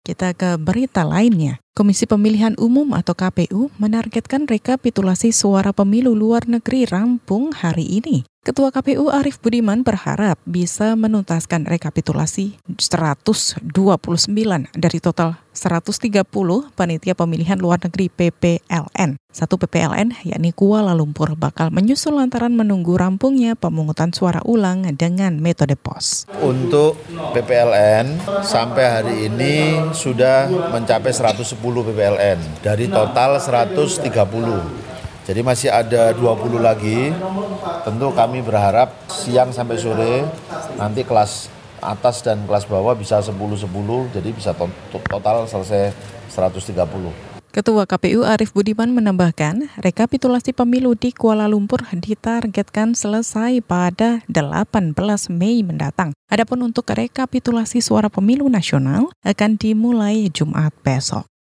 Kita ke berita lainnya. Komisi Pemilihan Umum atau KPU menargetkan rekapitulasi suara pemilu luar negeri rampung hari ini. Ketua KPU Arief Budiman berharap bisa menuntaskan rekapitulasi 129 dari total 130 panitia pemilihan luar negeri PPLN. Satu PPLN, yakni Kuala Lumpur, bakal menyusul lantaran menunggu rampungnya pemungutan suara ulang dengan metode pos. Untuk PPLN sampai hari ini sudah mencapai 110 PPLN dari total 130. Jadi masih ada 20 lagi. Tentu kami berharap siang sampai sore nanti kelas atas dan kelas bawah bisa 10-10, jadi bisa total selesai 130. Ketua KPU Arief Budiman menambahkan, rekapitulasi pemilu di Kuala Lumpur ditargetkan selesai pada 18 Mei mendatang. Adapun untuk rekapitulasi suara pemilu nasional akan dimulai Jumat besok.